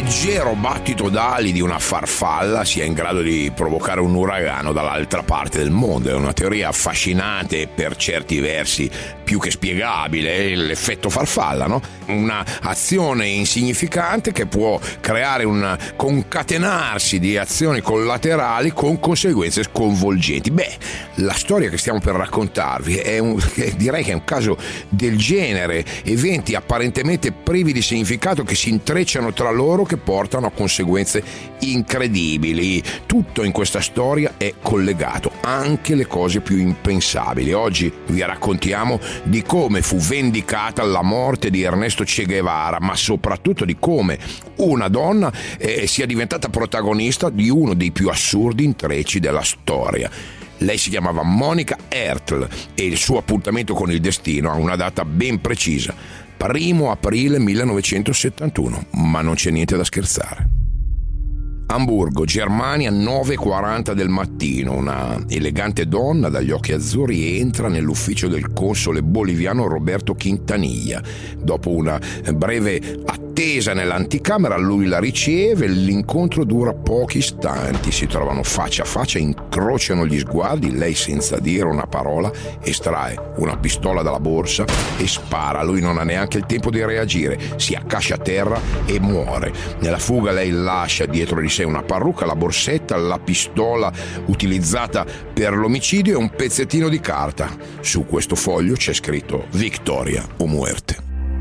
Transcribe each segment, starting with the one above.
leggero battito d'ali di una farfalla sia in grado di provocare un uragano dall'altra parte del mondo. È una teoria affascinante e per certi versi più che spiegabile, l'effetto farfalla, no? Una azione insignificante che può creare un concatenarsi di azioni collaterali con conseguenze sconvolgenti. La storia che stiamo per raccontarvi direi che è un caso del genere, eventi apparentemente privi di significato che si intrecciano tra loro, che portano a conseguenze incredibili. Tutto in questa storia è collegato, anche le cose più impensabili. Oggi vi raccontiamo di come fu vendicata la morte di Ernesto Che Guevara, ma soprattutto di come una donna sia diventata protagonista di uno dei più assurdi intrecci della storia. Lei si chiamava Monica Hertl e il suo appuntamento con il destino ha una data ben precisa: 1 aprile 1971, ma non c'è niente da scherzare. Amburgo, Germania, 9:40 del mattino. Una elegante donna dagli occhi azzurri entra nell'ufficio del console boliviano Roberto Quintanilla. Dopo una breve attesa nell'anticamera, lui la riceve. L'incontro dura pochi istanti. Si trovano faccia a faccia, incrociano gli sguardi. Lei, senza dire una parola, estrae una pistola dalla borsa e spara. Lui non ha neanche il tempo di reagire, si accascia a terra e muore. Nella fuga lei lascia dietro di sé una parrucca, la borsetta, la pistola utilizzata per l'omicidio e un pezzettino di carta. Su questo foglio c'è scritto Victoria o muerte.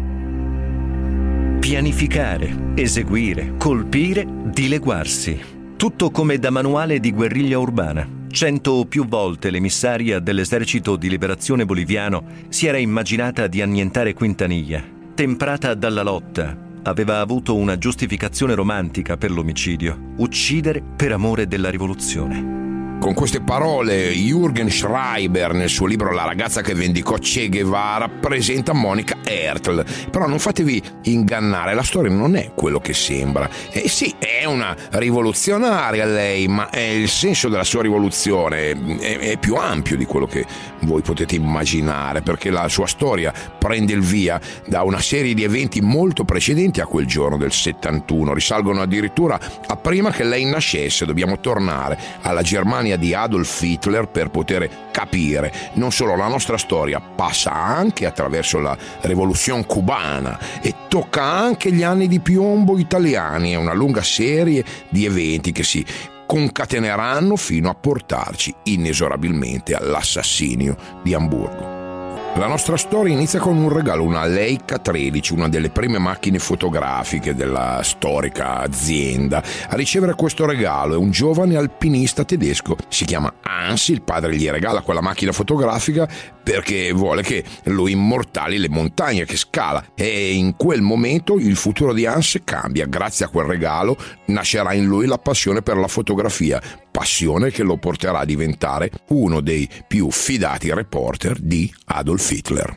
Pianificare, eseguire, colpire, dileguarsi. Tutto come da manuale di guerriglia urbana. 100 o più volte l'emissaria dell'esercito di liberazione boliviano si era immaginata di annientare Quintanilla. Temprata dalla lotta, aveva avuto una giustificazione romantica per l'omicidio: uccidere per amore della rivoluzione. Con queste parole Jürgen Schreiber, nel suo libro La ragazza che vendicò Che Guevara, presenta Monica Hertl. Però non fatevi ingannare, la storia non è quello che sembra. Sì, è una rivoluzionaria lei, ma il senso della sua rivoluzione è più ampio di quello che voi potete immaginare, perché la sua storia prende il via da una serie di eventi molto precedenti a quel giorno del 71. Risalgono addirittura a prima che lei nascesse. Dobbiamo tornare alla Germania di Adolf Hitler per poter capire non solo la nostra storia, passa anche attraverso la rivoluzione cubana e tocca anche gli anni di piombo italiani. È una lunga serie di eventi che si concateneranno fino a portarci inesorabilmente all'assassinio di Amburgo. La nostra storia inizia con un regalo, una Leica 13, una delle prime macchine fotografiche della storica azienda. A ricevere questo regalo è un giovane alpinista tedesco, si chiama Hans. Il padre gli regala quella macchina fotografica perché vuole che lo immortali le montagne che scala, e in quel momento il futuro di Hans cambia. Grazie a quel regalo nascerà in lui la passione per la fotografia, passione che lo porterà a diventare uno dei più fidati reporter di Adolf Hitler.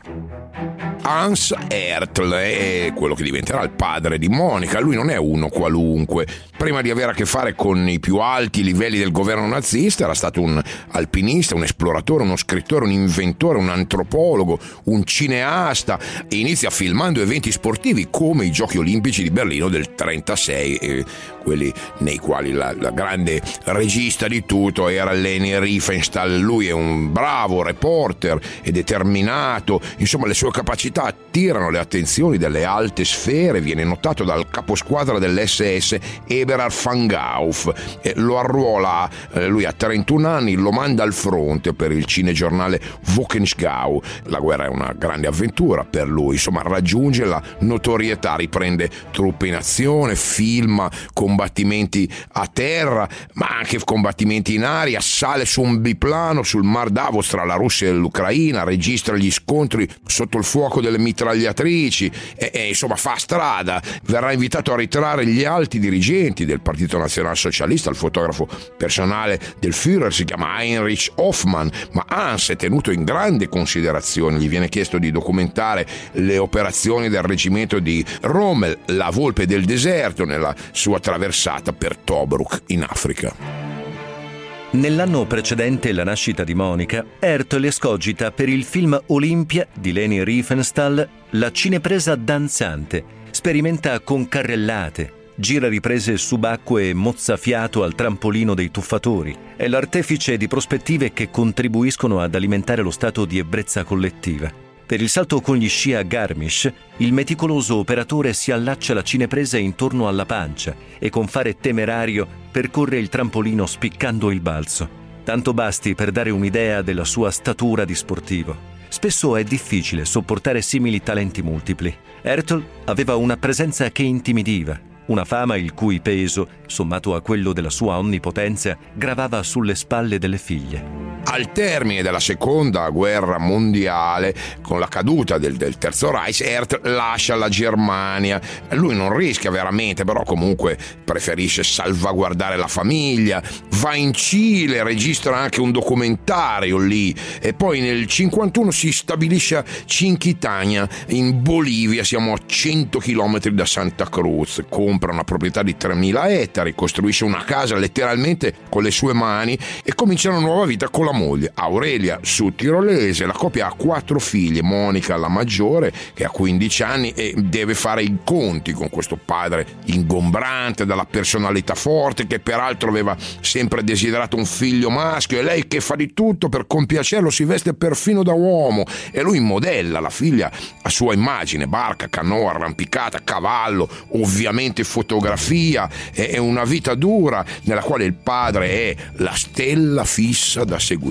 Hans Hertl è quello che diventerà il padre di Monica. Lui non è uno qualunque. Prima di avere a che fare con i più alti livelli del governo nazista era stato un alpinista, un esploratore, uno scrittore, un inventore, un antropologo, un cineasta, e inizia filmando eventi sportivi come i Giochi Olimpici di Berlino del 36, quelli nei quali la grande regista di tutto era Leni Riefenstahl. Lui è un bravo reporter e determinato, insomma le sue capacità attirano le attenzioni delle alte sfere. Viene notato dal caposquadra dell'SS Eberhard von Gauff, lo arruola, lui ha 31 anni, lo manda al fronte per il cinegiornale Wochenschau. La guerra è una grande avventura per lui, insomma raggiunge la notorietà, riprende truppe in azione, filma combattimenti a terra ma anche combattimenti in aria, sale su un biplano sul Mar d'Azov tra la Russia e l'Ucraina, registra gli scontri sotto il fuoco delle mitragliatrici e insomma fa strada. Verrà invitato a ritrarre gli alti dirigenti del Partito Nazionalsocialista. Il fotografo personale del Führer si chiama Heinrich Hoffmann, ma Hans è tenuto in grande considerazione. Gli viene chiesto di documentare le operazioni del reggimento di Rommel, la volpe del deserto, nella sua traversata per Tobruk in Africa. Nell'anno precedente la nascita di Monica, Hertl escogita per il film Olimpia di Leni Riefenstahl la cinepresa danzante. Sperimenta con carrellate, gira riprese subacquee e mozzafiato al trampolino dei tuffatori. È l'artefice di prospettive che contribuiscono ad alimentare lo stato di ebbrezza collettiva. Per il salto con gli sci a Garmisch, il meticoloso operatore si allaccia la cinepresa intorno alla pancia e con fare temerario percorre il trampolino spiccando il balzo. Tanto basti per dare un'idea della sua statura di sportivo. Spesso è difficile sopportare simili talenti multipli. Hertel aveva una presenza che intimidiva, una fama il cui peso, sommato a quello della sua onnipotenza, gravava sulle spalle delle figlie. Al termine della seconda guerra mondiale, con la caduta del Terzo Reich, Hertel lascia la Germania. Lui non rischia veramente, però comunque preferisce salvaguardare la famiglia. Va in Cile, registra anche un documentario lì e poi nel 1951 si stabilisce a Cinquitania in Bolivia, siamo a 100 km da Santa Cruz. Compra una proprietà di 3.000 ettari, costruisce una casa letteralmente con le sue mani e comincia una nuova vita con la moglie Aurelia sudtirolese. La coppia ha 4 figlie, Monica la maggiore che ha 15 anni e deve fare i conti con questo padre ingombrante, dalla personalità forte, che peraltro aveva sempre desiderato un figlio maschio, e lei che fa di tutto per compiacerlo, si veste perfino da uomo e lui modella la figlia a sua immagine: barca, canoa, arrampicata, cavallo, ovviamente fotografia. È una vita dura nella quale il padre è la stella fissa da seguire.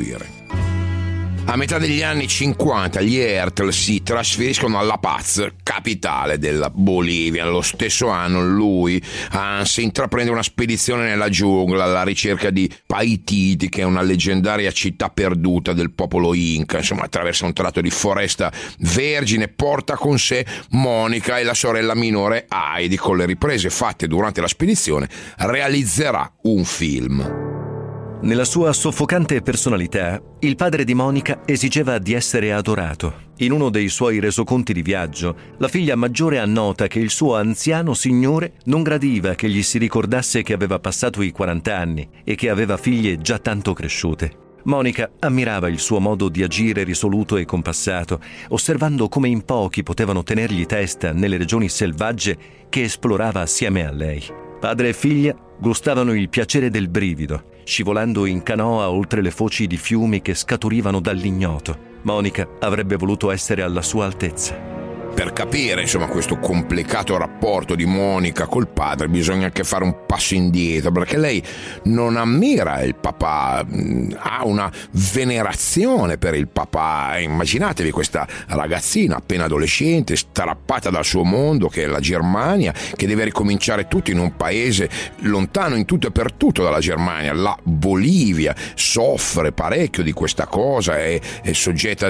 A metà degli anni 50 gli Hertel si trasferiscono a La Paz, capitale della Bolivia. Lo stesso anno lui, Hans, intraprende una spedizione nella giungla alla ricerca di Paititi, che è una leggendaria città perduta del popolo Inca. Insomma, attraversa un tratto di foresta vergine, porta con sé Monica e la sorella minore Heidi. Con le riprese fatte durante la spedizione realizzerà un film. Nella sua soffocante personalità, il padre di Monica esigeva di essere adorato. In uno dei suoi resoconti di viaggio, la figlia maggiore annota che il suo anziano signore non gradiva che gli si ricordasse che aveva passato i 40 anni e che aveva figlie già tanto cresciute. Monica ammirava il suo modo di agire risoluto e compassato, osservando come in pochi potevano tenergli testa nelle regioni selvagge che esplorava assieme a lei. Padre e figlia gustavano il piacere del brivido, scivolando in canoa oltre le foci di fiumi che scaturivano dall'ignoto. Monica avrebbe voluto essere alla sua altezza. Per capire, insomma, questo complicato rapporto di Monica col padre bisogna anche fare un passo indietro, perché lei non ammira il papà, ha una venerazione per il papà. Immaginatevi questa ragazzina appena adolescente, strappata dal suo mondo che è la Germania, che deve ricominciare tutto in un paese lontano in tutto e per tutto dalla Germania. La Bolivia soffre parecchio di questa cosa, è soggetta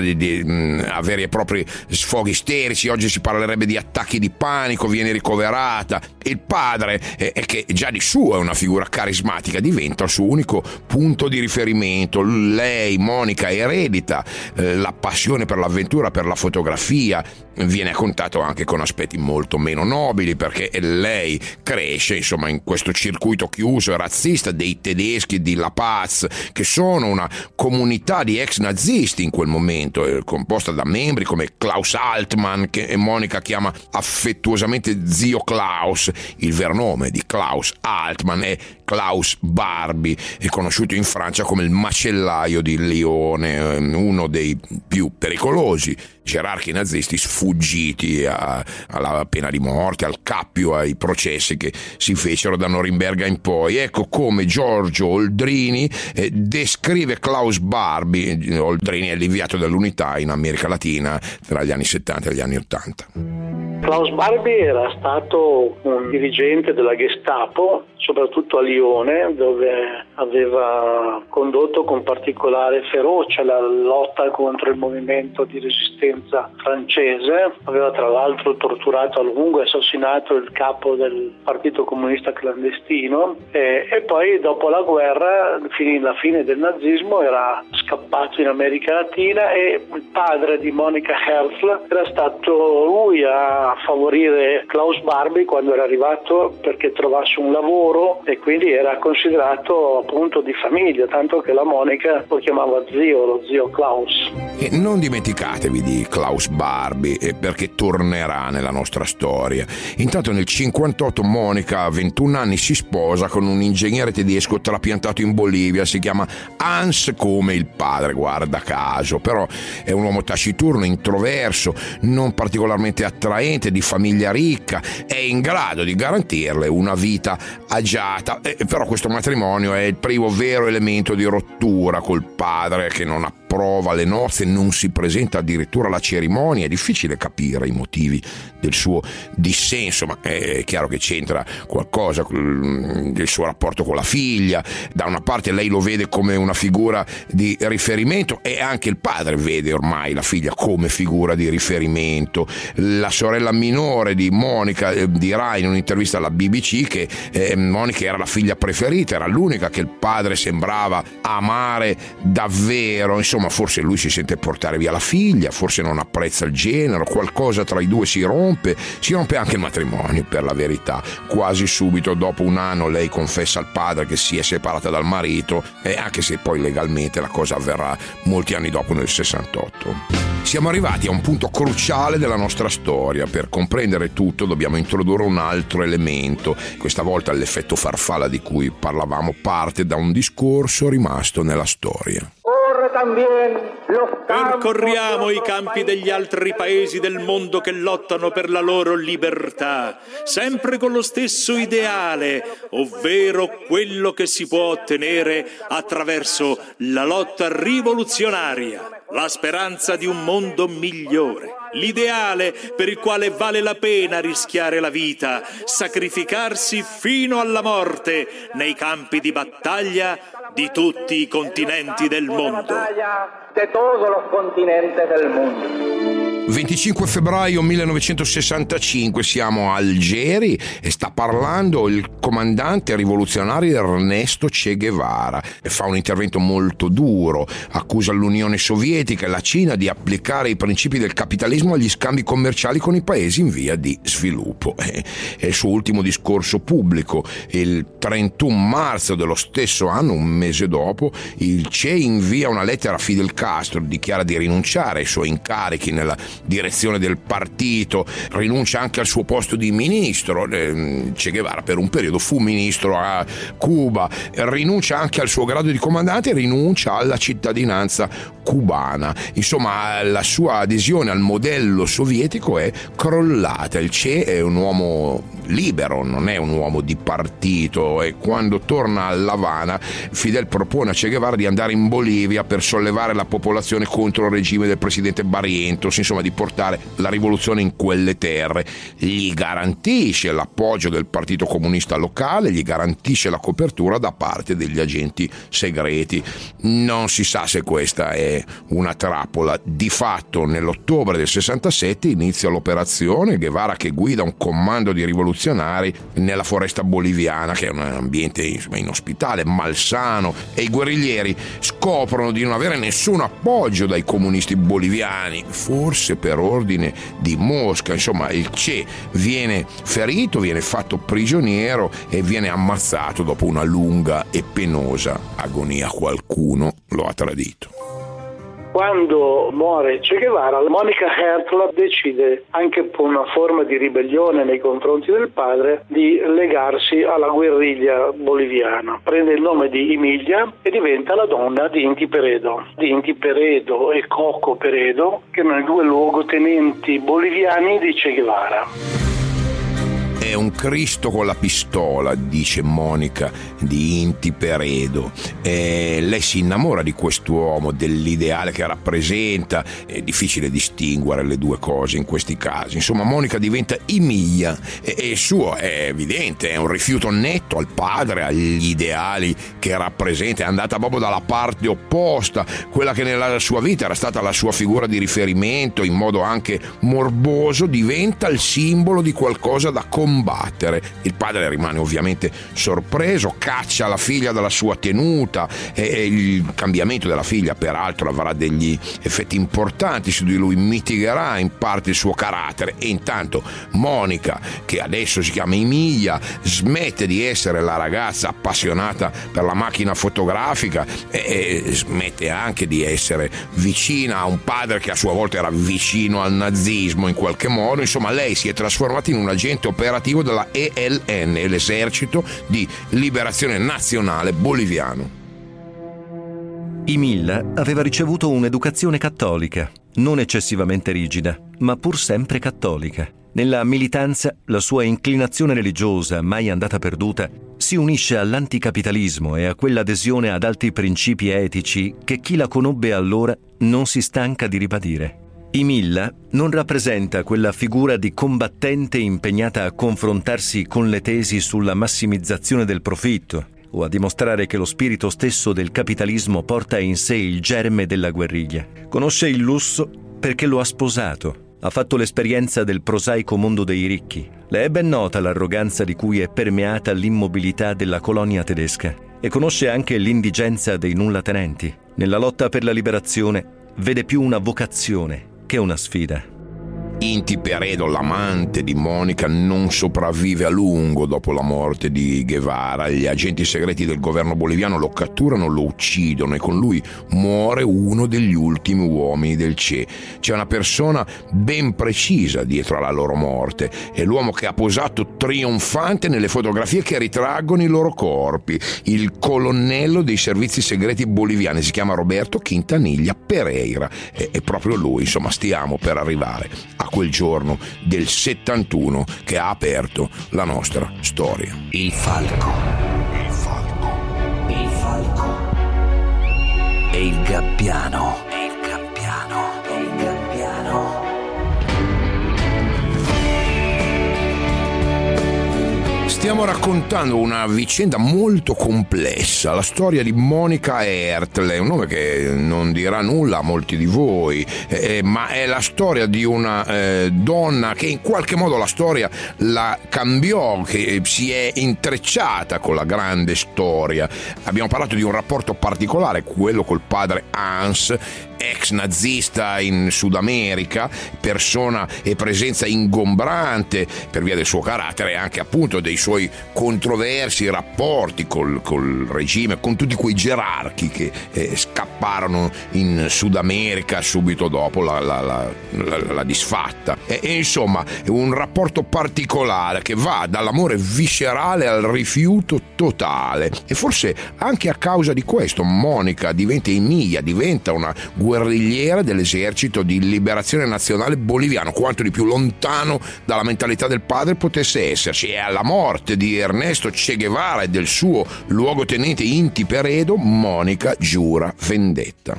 a veri e propri sfoghi isterici. Oggi si parlerebbe di attacchi di panico, viene ricoverata. Il padre, che già di suo è una figura carismatica, diventa il suo unico punto di riferimento. Lei, Monica, eredita la passione per l'avventura, per la fotografia. Viene a contatto anche con aspetti molto meno nobili, perché lei cresce, insomma, in questo circuito chiuso e razzista dei tedeschi di La Paz, che sono una comunità di ex nazisti in quel momento, composta da membri come Klaus Altmann, che Monica chiama affettuosamente zio Klaus. Il vero nome di Klaus Altmann è Klaus Barbie, è conosciuto in Francia come il macellaio di Lione, uno dei più pericolosi gerarchi nazisti sfuggiti alla pena di morte, al cappio, ai processi che si fecero da Norimberga in poi. Ecco come Giorgio Oldrini descrive Klaus Barbie. Oldrini è l'inviato dell'Unità in America Latina tra gli anni 70 e gli anni 80. Klaus Barbie era stato un dirigente della Gestapo, soprattutto a Lione, dove aveva condotto con particolare ferocia la lotta contro il movimento di resistenza francese. Aveva tra l'altro torturato a lungo e assassinato il capo del Partito Comunista clandestino e poi dopo la guerra, la fine del nazismo, era scappato in America Latina e il padre di Monica Hertel era stato lui a favorire Klaus Barbie quando era arrivato perché trovasse un lavoro amico e quindi era considerato appunto di famiglia, tanto che la Monica lo chiamava zio, lo zio Klaus. E non dimenticatevi di Klaus Barbie, perché tornerà nella nostra storia. Intanto nel 58 Monica, a 21 anni, si sposa con un ingegnere tedesco trapiantato in Bolivia, si chiama Hans come il padre, guarda caso, però è un uomo taciturno, introverso, non particolarmente attraente, di famiglia ricca, è in grado di garantirle una vita agiata, però questo matrimonio è il primo vero elemento di rottura col padre, che non approva le nozze, non si presenta addirittura alla cerimonia. È difficile capire i motivi del suo dissenso, ma è chiaro che c'entra qualcosa del suo rapporto con la figlia. Da una parte lei lo vede come una figura di riferimento e anche il padre vede ormai la figlia come figura di riferimento. La sorella minore di Monica dirà in un'intervista alla BBC che Monica era la figlia preferita, era l'unica che il padre sembrava amare davvero. Insomma, forse lui si sente portare via la figlia, forse non apprezza il genero, qualcosa tra i due si rompe anche il matrimonio, per la verità. Quasi subito, dopo un anno, lei confessa al padre che si è separata dal marito, anche se poi legalmente la cosa avverrà molti anni dopo, nel 68. Siamo arrivati a un punto cruciale della nostra storia. Per comprendere tutto dobbiamo introdurre un altro elemento. Questa volta l'effetto farfalla di cui parlavamo parte da un discorso rimasto nella storia. Percorriamo i campi degli altri paesi del mondo che lottano per la loro libertà, sempre con lo stesso ideale, ovvero quello che si può ottenere attraverso la lotta rivoluzionaria, la speranza di un mondo migliore, l'ideale per il quale vale la pena rischiare la vita, sacrificarsi fino alla morte nei campi di battaglia di tutti i continenti del mondo. 25 febbraio 1965, siamo a Algeri e sta parlando il comandante rivoluzionario Ernesto Che Guevara. Fa un intervento molto duro, accusa l'Unione Sovietica e la Cina di applicare i principi del capitalismo agli scambi commerciali con i paesi in via di sviluppo. È il suo ultimo discorso pubblico. Il 31 marzo dello stesso anno, un mese dopo, il Che invia una lettera a Fidel Castro, dichiara di rinunciare ai suoi incarichi nella direzione del partito, rinuncia anche al suo posto di ministro. Che Guevara per un periodo fu ministro a Cuba, rinuncia anche al suo grado di comandante e rinuncia alla cittadinanza cubana. Insomma, la sua adesione al modello sovietico è crollata. Il Che è un uomo libero, non è un uomo di partito, e quando torna a L'Avana Fidel propone a Che Guevara di andare in Bolivia per sollevare la popolazione contro il regime del presidente Barrientos, insomma di portare la rivoluzione in quelle terre. Gli garantisce l'appoggio del Partito Comunista locale, gli garantisce la copertura da parte degli agenti segreti. Non si sa se questa è una trappola. Di fatto nell'ottobre del 67 inizia l'operazione. Guevara, che guida un comando di rivoluzionari nella foresta boliviana, che è un ambiente inospitale, malsano, e i guerriglieri scoprono di non avere nessun appoggio dai comunisti boliviani, forse per ordine di Mosca. Insomma, il Che viene ferito, viene fatto prigioniero e viene ammazzato dopo una lunga e penosa agonia. Qualcuno lo ha tradito. Quando muore Che Guevara, Monica Hertl decide, anche per una forma di ribellione nei confronti del padre, di legarsi alla guerriglia boliviana. Prende il nome di Emilia e diventa la donna di Inti Peredo. Di Inti Peredo e Coco Peredo, che erano i due luogotenenti boliviani di Che Guevara. È un Cristo con la pistola, dice Monica di Inti Peredo. Lei si innamora di quest'uomo, dell'ideale che rappresenta. È difficile distinguere le due cose in questi casi. Insomma, Monica diventa Emilia e il suo è evidente, è un rifiuto netto al padre, agli ideali che rappresenta. È andata proprio dalla parte opposta, quella che nella sua vita era stata la sua figura di riferimento, in modo anche morboso diventa il simbolo di qualcosa da combattere combattere. Il padre rimane ovviamente sorpreso, caccia la figlia dalla sua tenuta e il cambiamento della figlia peraltro avrà degli effetti importanti su di lui, mitigherà in parte il suo carattere. E intanto Monica, che adesso si chiama Emilia, smette di essere la ragazza appassionata per la macchina fotografica e smette anche di essere vicina a un padre che a sua volta era vicino al nazismo in qualche modo. Insomma, lei si è trasformata in un agente operativo della ELN, l'esercito di liberazione nazionale boliviano. Emilia aveva ricevuto un'educazione cattolica, non eccessivamente rigida, ma pur sempre cattolica. Nella militanza, la sua inclinazione religiosa, mai andata perduta, si unisce all'anticapitalismo e a quell'adesione ad alti principi etici che chi la conobbe allora non si stanca di ribadire. Emilia non rappresenta quella figura di combattente impegnata a confrontarsi con le tesi sulla massimizzazione del profitto o a dimostrare che lo spirito stesso del capitalismo porta in sé il germe della guerriglia. Conosce il lusso perché lo ha sposato. Ha fatto l'esperienza del prosaico mondo dei ricchi. Le è ben nota l'arroganza di cui è permeata l'immobilità della colonia tedesca e conosce anche l'indigenza dei nullatenenti. Nella lotta per la liberazione vede più una vocazione che una sfida. Inti Peredo, l'amante di Monica, non sopravvive a lungo dopo la morte di Guevara. Gli agenti segreti del governo boliviano lo catturano, lo uccidono e con lui muore uno degli ultimi uomini del Che. C'è una persona ben precisa dietro alla loro morte, è l'uomo che ha posato trionfante nelle fotografie che ritraggono i loro corpi, il colonnello dei servizi segreti boliviani, si chiama Roberto Quintanilla Pereira. È proprio lui, insomma, stiamo per arrivare a quel giorno del 71 che ha aperto la nostra storia. Il falco. Il falco. Il falco. E il gabbiano. E il gabbiano. E il gabbiano. Stiamo raccontando una vicenda molto complessa, la storia di Monica Ertl, un nome che non dirà nulla a molti di voi, ma è la storia di una donna che in qualche modo la storia la cambiò, che si è intrecciata con la grande storia. Abbiamo parlato di un rapporto particolare, quello col padre Hans, ex nazista in Sud America, persona e presenza ingombrante per via del suo carattere e anche appunto dei suoi controversi rapporti col regime, con tutti quei gerarchi che scapparono in Sud America subito dopo la disfatta. E insomma è un rapporto particolare che va dall'amore viscerale al rifiuto totale, e forse anche a causa di questo Monica diventa Emilia, diventa una guerrigliera dell'esercito di liberazione nazionale boliviano, quanto di più lontano dalla mentalità del padre potesse esserci. E alla morte di Ernesto Che Guevara e del suo luogotenente Inti Peredo, Monica giura vendetta.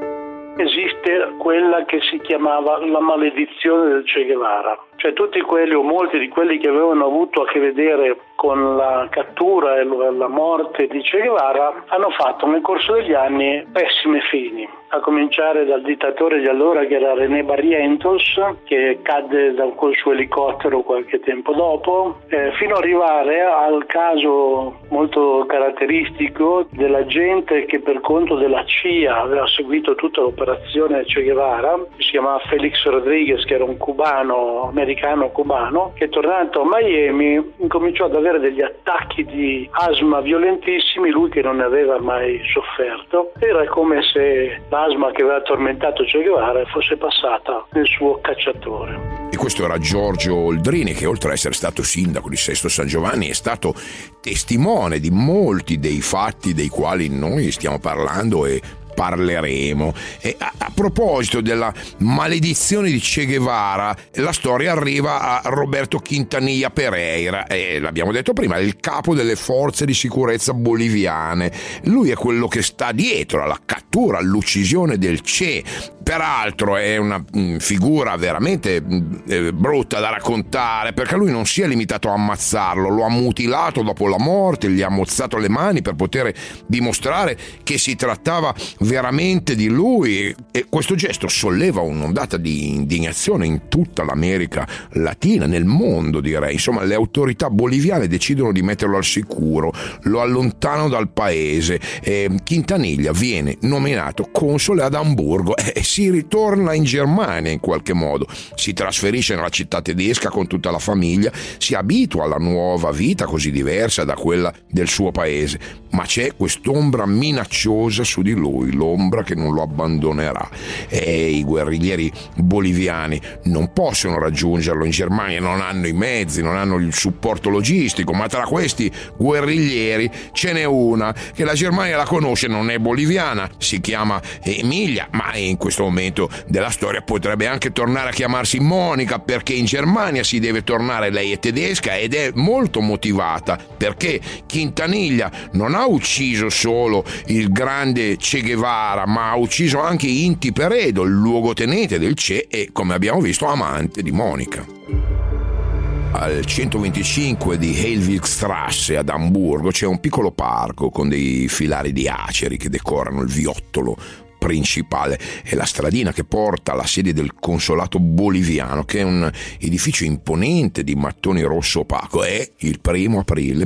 Esiste quella che si chiamava la maledizione del Che Guevara, cioè tutti quelli o molti di quelli che avevano avuto a che vedere con la cattura e la morte di Che Guevara hanno fatto nel corso degli anni pessime fini, a cominciare dal dittatore di allora che era René Barrientos, che cadde col suo elicottero qualche tempo dopo, fino ad arrivare al caso molto caratteristico dell'agente che per conto della CIA aveva seguito tutta l'operazione Che Guevara, si chiamava Felix Rodriguez, che era un cubano, americano-cubano, che tornato a Miami incominciò ad avere degli attacchi di asma violentissimi, lui che non ne aveva mai sofferto. Era come se l'asma che aveva tormentato Che Guevara fosse passata nel suo cacciatore. E questo era Giorgio Oldrini, che oltre a essere stato sindaco di Sesto San Giovanni è stato testimone di molti dei fatti dei quali noi stiamo parlando e parleremo. E a proposito della maledizione di Che Guevara, la storia arriva a Roberto Quintanilla Pereira, e l'abbiamo detto prima, è il capo delle forze di sicurezza boliviane. Lui è quello che sta dietro alla cattura, all'uccisione del Che, Peraltro è una figura veramente brutta da raccontare, perché lui non si è limitato a ammazzarlo, lo ha mutilato dopo la morte, gli ha mozzato le mani per poter dimostrare che si trattava veramente di lui, e questo gesto solleva un'ondata di indignazione in tutta l'America Latina, nel mondo direi. Insomma, le autorità boliviane decidono di metterlo al sicuro, lo allontanano dal paese. Quintanilla viene nominato console ad Amburgo e si ritorna in Germania in qualche modo, si trasferisce nella città tedesca con tutta la famiglia, si abitua alla nuova vita così diversa da quella del suo paese, ma c'è quest'ombra minacciosa su di lui, l'ombra che non lo abbandonerà, e i guerriglieri boliviani non possono raggiungerlo in Germania, non hanno i mezzi, non hanno il supporto logistico, ma tra questi guerriglieri ce n'è una che la Germania la conosce, non è boliviana, si chiama Emilia, ma in questo momento della storia potrebbe anche tornare a chiamarsi Monica, perché in Germania si deve tornare, lei è tedesca ed è molto motivata, perché Quintanilla non ha ucciso solo il grande Che Guevara, ma ha ucciso anche Inti Peredo, il luogotenente del Che e, come abbiamo visto, amante di Monica. Al 125 di Heilwigstrasse ad Amburgo c'è un piccolo parco con dei filari di aceri che decorano il viottolo principale. È la stradina che porta alla sede del consolato boliviano, che è un edificio imponente di mattoni rosso opaco. È il 1 aprile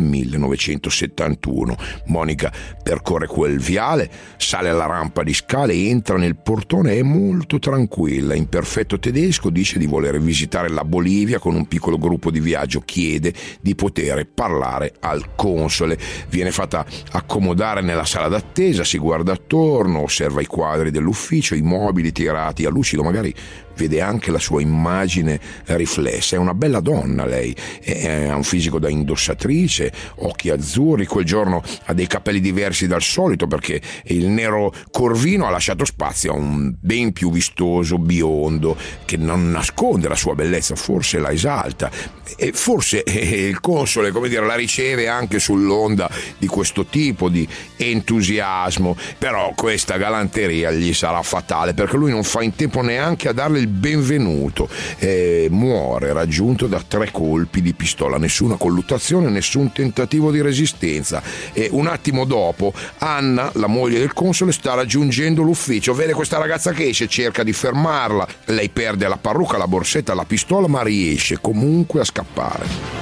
1971. Monica percorre quel viale, sale alla rampa di scale, entra nel portone, è molto tranquilla, in perfetto tedesco dice di voler visitare la Bolivia con un piccolo gruppo di viaggio, chiede di poter parlare al console, viene fatta accomodare nella sala d'attesa, si guarda attorno, osserva i quadri dell'ufficio, i mobili tirati a lucido, magari vede anche la sua immagine riflessa. È una bella donna lei, ha un fisico da indossatrice, occhi azzurri, quel giorno ha dei capelli diversi dal solito perché il nero corvino ha lasciato spazio a un ben più vistoso biondo che non nasconde la sua bellezza, forse la esalta, e forse il console, come dire, la riceve anche sull'onda di questo tipo di entusiasmo, però questa galanteria gli sarà fatale perché lui non fa in tempo neanche a darle il benvenuto, muore raggiunto da 3 colpi di pistola, nessuna colluttazione, nessun tentativo di resistenza, e un attimo dopo Anna, la moglie del console, sta raggiungendo l'ufficio, vede questa ragazza che esce, cerca di fermarla, lei perde la parrucca, la borsetta, la pistola, ma riesce comunque a scappare.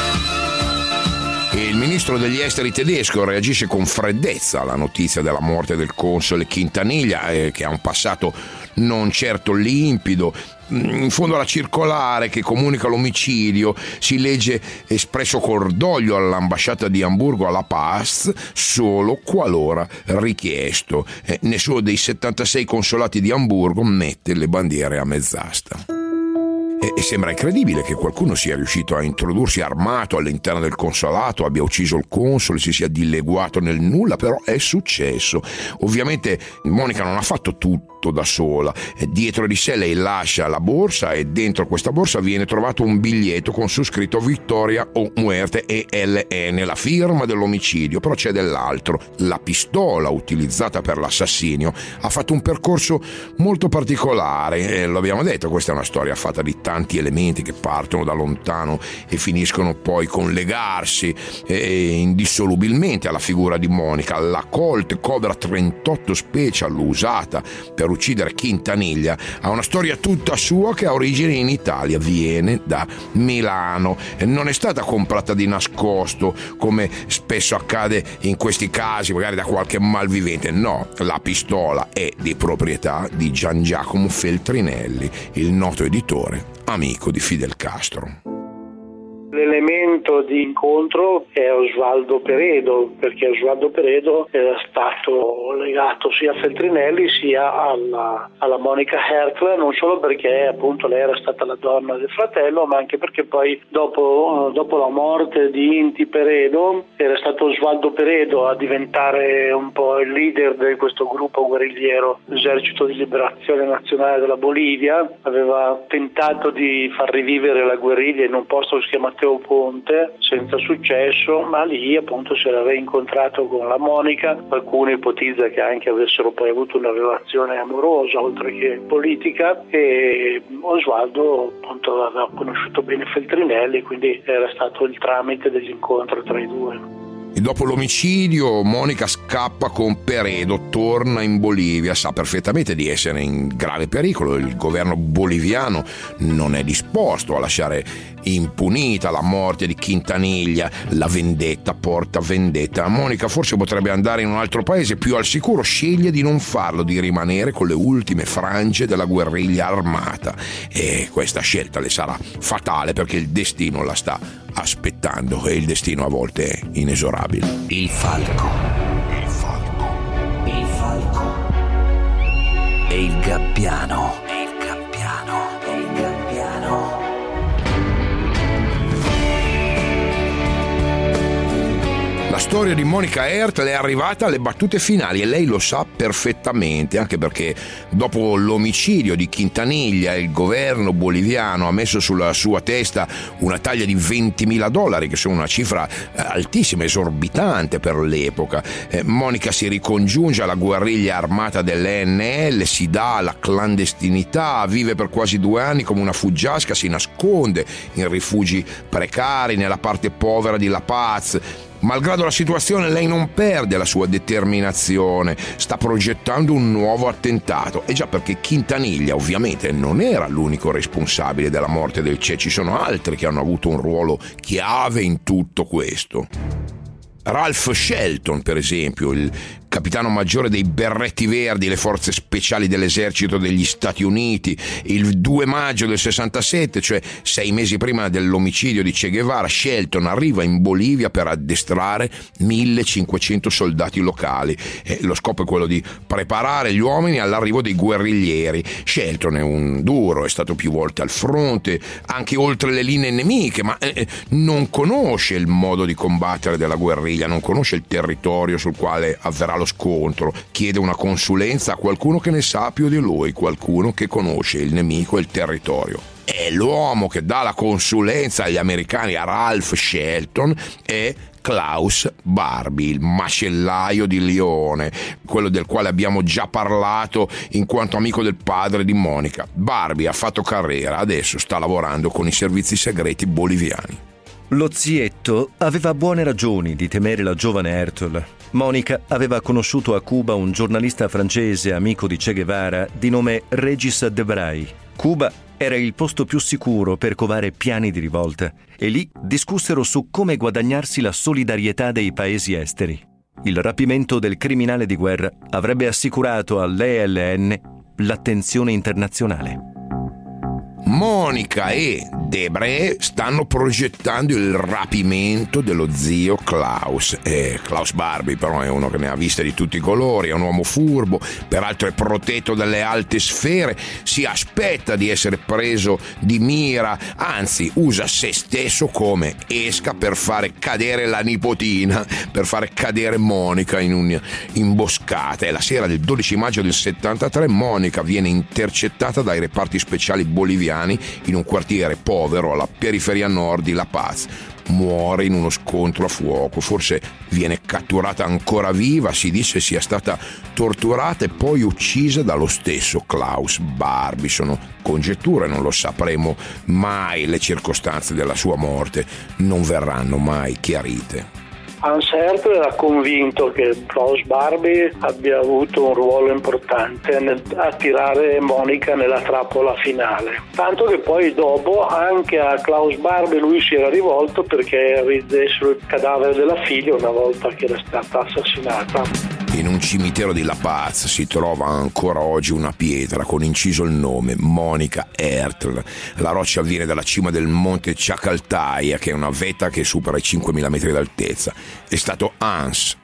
Il ministro degli esteri tedesco reagisce con freddezza alla notizia della morte del console Quintanilla, che ha un passato non certo limpido. In fondo alla circolare che comunica l'omicidio si legge espresso cordoglio all'ambasciata di Amburgo a La Paz solo qualora richiesto. Nessuno dei 76 consolati di Amburgo mette le bandiere a mezz'asta. E sembra incredibile che qualcuno sia riuscito a introdursi armato all'interno del consolato, abbia ucciso il console, si sia dileguato nel nulla, però è successo. Ovviamente Monica non ha fatto tutto da sola, dietro di sé lei lascia la borsa e dentro questa borsa viene trovato un biglietto con su scritto Vittoria o Muerte ELN, la firma dell'omicidio, però c'è dell'altro. La pistola utilizzata per l'assassinio ha fatto un percorso molto particolare, lo abbiamo detto, questa è una storia fatta di tanti elementi che partono da lontano e finiscono poi con legarsi indissolubilmente alla figura di Monica. La Colt Cobra 38 Special usata per uccidere Quintanilla ha una storia tutta sua che ha origine in Italia, viene da Milano, non è stata comprata di nascosto come spesso accade in questi casi, magari da qualche malvivente. No, la pistola è di proprietà di Gian Giacomo Feltrinelli, il noto editore amico di Fidel Castro. L'elemento di incontro è Osvaldo Peredo, perché Osvaldo Peredo era stato legato sia a Feltrinelli sia alla Monica Hertl, non solo perché appunto lei era stata la donna del fratello, ma anche perché poi dopo la morte di Inti Peredo era stato Osvaldo Peredo a diventare un po' il leader di questo gruppo guerrigliero, l'Esercito di Liberazione Nazionale della Bolivia. Aveva tentato di far rivivere la guerriglia in un posto che si chiama Matteo Ponte senza successo, ma lì appunto si era reincontrato con la Monica. Qualcuno ipotizza che anche avessero poi avuto una relazione amorosa oltre che politica, e Osvaldo appunto aveva conosciuto bene Feltrinelli, quindi era stato il tramite dell'incontro tra i due. E dopo l'omicidio Monica scappa con Peredo, torna in Bolivia, sa perfettamente di essere in grave pericolo. Il governo boliviano non è disposto a lasciare impunita la morte di Quintanilla. La vendetta porta vendetta. Monica forse potrebbe andare in un altro paese più al sicuro, sceglie di non farlo, di rimanere con le ultime frange della guerriglia armata, e questa scelta le sarà fatale perché il destino la sta aspettando, e il destino a volte è inesorabile. Il falco. Il falco. Il falco. E il gabbiano. E il gabbiano. E il gabbiano. La storia di Monica Hertel è arrivata alle battute finali e lei lo sa perfettamente, anche perché dopo l'omicidio di Quintanilla il governo boliviano ha messo sulla sua testa una taglia di $20.000, che sono una cifra altissima, esorbitante per l'epoca. Monica si ricongiunge alla guerriglia armata dell'ENL, si dà alla clandestinità, vive per quasi 2 anni come una fuggiasca, si nasconde in rifugi precari nella parte povera di La Paz. Malgrado la situazione, lei non perde la sua determinazione, sta progettando un nuovo attentato. E già, perché Quintanilla ovviamente non era l'unico responsabile della morte del Che, ci sono altri che hanno avuto un ruolo chiave in tutto questo. Ralph Shelton, per esempio, il capitano maggiore dei Berretti Verdi, le forze speciali dell'esercito degli Stati Uniti. Il 2 maggio del 67, cioè 6 mesi prima dell'omicidio di Che Guevara, Shelton arriva in Bolivia per addestrare 1.500 soldati locali. Lo scopo è quello di preparare gli uomini all'arrivo dei guerriglieri. Shelton è un duro, è stato più volte al fronte, anche oltre le linee nemiche, ma non conosce il modo di combattere della guerriglia, non conosce il territorio sul quale avverrà lo scontro. Chiede una consulenza a qualcuno che ne sa più di lui, qualcuno che conosce il nemico e il territorio. E l'uomo che dà la consulenza agli americani a Ralph Shelton è Klaus Barbie, il macellaio di Lione, quello del quale abbiamo già parlato in quanto amico del padre di Monica. Barbie ha fatto carriera, adesso sta lavorando con i servizi segreti boliviani. Lo zietto aveva buone ragioni di temere la giovane Hertel. Monica aveva conosciuto a Cuba un giornalista francese amico di Che Guevara di nome Regis Debray. Cuba era il posto più sicuro per covare piani di rivolta e lì discussero su come guadagnarsi la solidarietà dei paesi esteri. Il rapimento del criminale di guerra avrebbe assicurato all'ELN l'attenzione internazionale. Monica e Debray stanno progettando il rapimento dello zio Klaus. Klaus Barbie però è uno che ne ha viste di tutti i colori, è un uomo furbo, peraltro è protetto dalle alte sfere, si aspetta di essere preso di mira, anzi usa se stesso come esca per fare cadere la nipotina, per fare cadere Monica in un'imboscata. E la sera del 12 maggio del 73 Monica viene intercettata dai reparti speciali boliviani in un quartiere povero alla periferia nord di La Paz. Muore in uno scontro a fuoco, forse viene catturata ancora viva, si dice sia stata torturata e poi uccisa dallo stesso Klaus Barbie. Sono congetture, non lo sapremo mai, le circostanze della sua morte non verranno mai chiarite. Hans Hertel era convinto che Klaus Barbie abbia avuto un ruolo importante nel attirare Monica nella trappola finale, tanto che poi dopo anche a Klaus Barbie lui si era rivolto perché vedessero il cadavere della figlia una volta che era stata assassinata. In un cimitero di La Paz si trova ancora oggi una pietra con inciso il nome Monica Hertel. La roccia viene dalla cima del monte Chacaltaya, che è una vetta che supera i 5.000 metri d'altezza. È stato Hans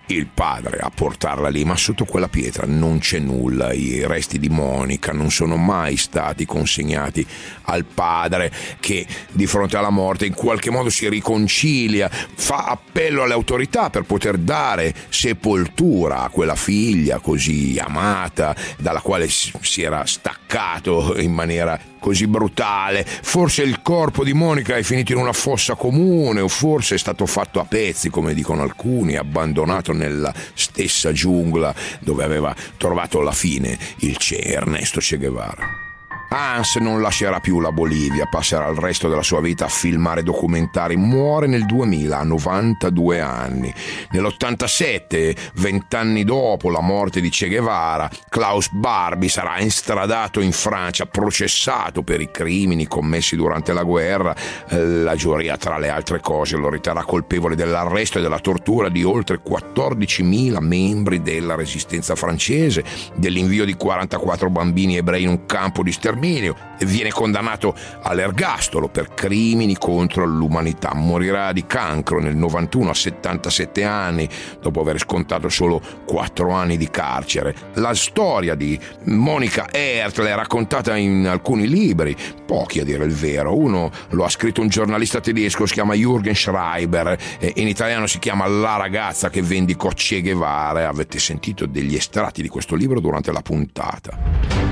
il padre a portarla lì, ma sotto quella pietra non c'è nulla. I resti di Monica non sono mai stati consegnati al padre, che di fronte alla morte in qualche modo si riconcilia, fa appello alle autorità per poter dare sepoltura a quella figlia così amata, dalla quale si era staccato in maniera così brutale. Forse il corpo di Monica è finito in una fossa comune, o forse è stato fatto a pezzi, come dicono alcuni, abbandonato nella stessa giungla dove aveva trovato la fine il Ernesto Che Guevara. Hans non lascerà più la Bolivia, passerà il resto della sua vita a filmare documentari. Muore nel 2000 a 92 anni. Nell'87, 20 anni dopo la morte di Che Guevara, Klaus Barbie sarà instradato in Francia, processato per i crimini commessi durante la guerra. La giuria, tra le altre cose, lo riterrà colpevole dell'arresto e della tortura di oltre 14.000 membri della resistenza francese, dell'invio di 44 bambini ebrei in un campo di sterminio, e viene condannato all'ergastolo per crimini contro l'umanità. Morirà di cancro nel 91 a 77 anni, dopo aver scontato solo 4 anni di carcere. La storia di Monika Ertl è raccontata in alcuni libri, pochi a dire il vero. Uno lo ha scritto un giornalista tedesco, si chiama Jürgen Schreiber, e in italiano si chiama La ragazza che vendicò Che Guevara. Avete sentito degli estratti di questo libro durante la puntata.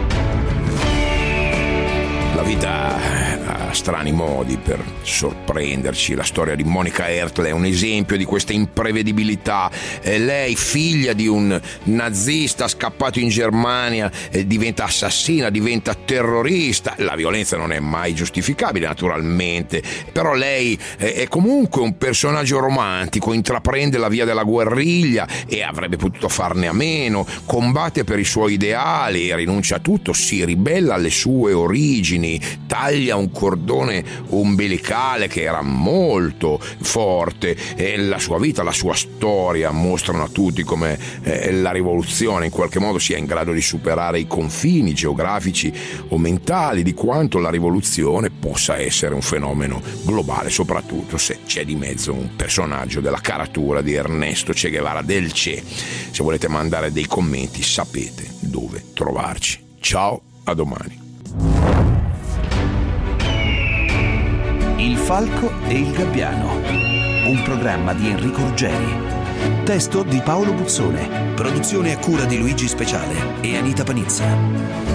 La vita ha strani modi per sorprenderci. La storia di Monika Ertl è un esempio di questa imprevedibilità. Lei, figlia di un nazista scappato in Germania, diventa assassina, diventa terrorista. La violenza non è mai giustificabile, naturalmente, però lei è comunque un personaggio romantico, intraprende la via della guerriglia e avrebbe potuto farne a meno, combatte per i suoi ideali, rinuncia a tutto, si ribella alle sue origini, taglia un cordone ombelicale che era molto forte, e la sua vita, la sua storia mostrano a tutti come la rivoluzione in qualche modo sia in grado di superare i confini geografici o mentali, di quanto la rivoluzione possa essere un fenomeno globale, soprattutto se c'è di mezzo un personaggio della caratura di Ernesto Che Guevara, del Che. Se volete mandare dei commenti sapete dove trovarci. Ciao, a domani. Il Falco e il Gabbiano, un programma di Enrico Ruggeri. Testo di Paolo Buzzone. Produzione a cura di Luigi Speciale e Anita Panizza.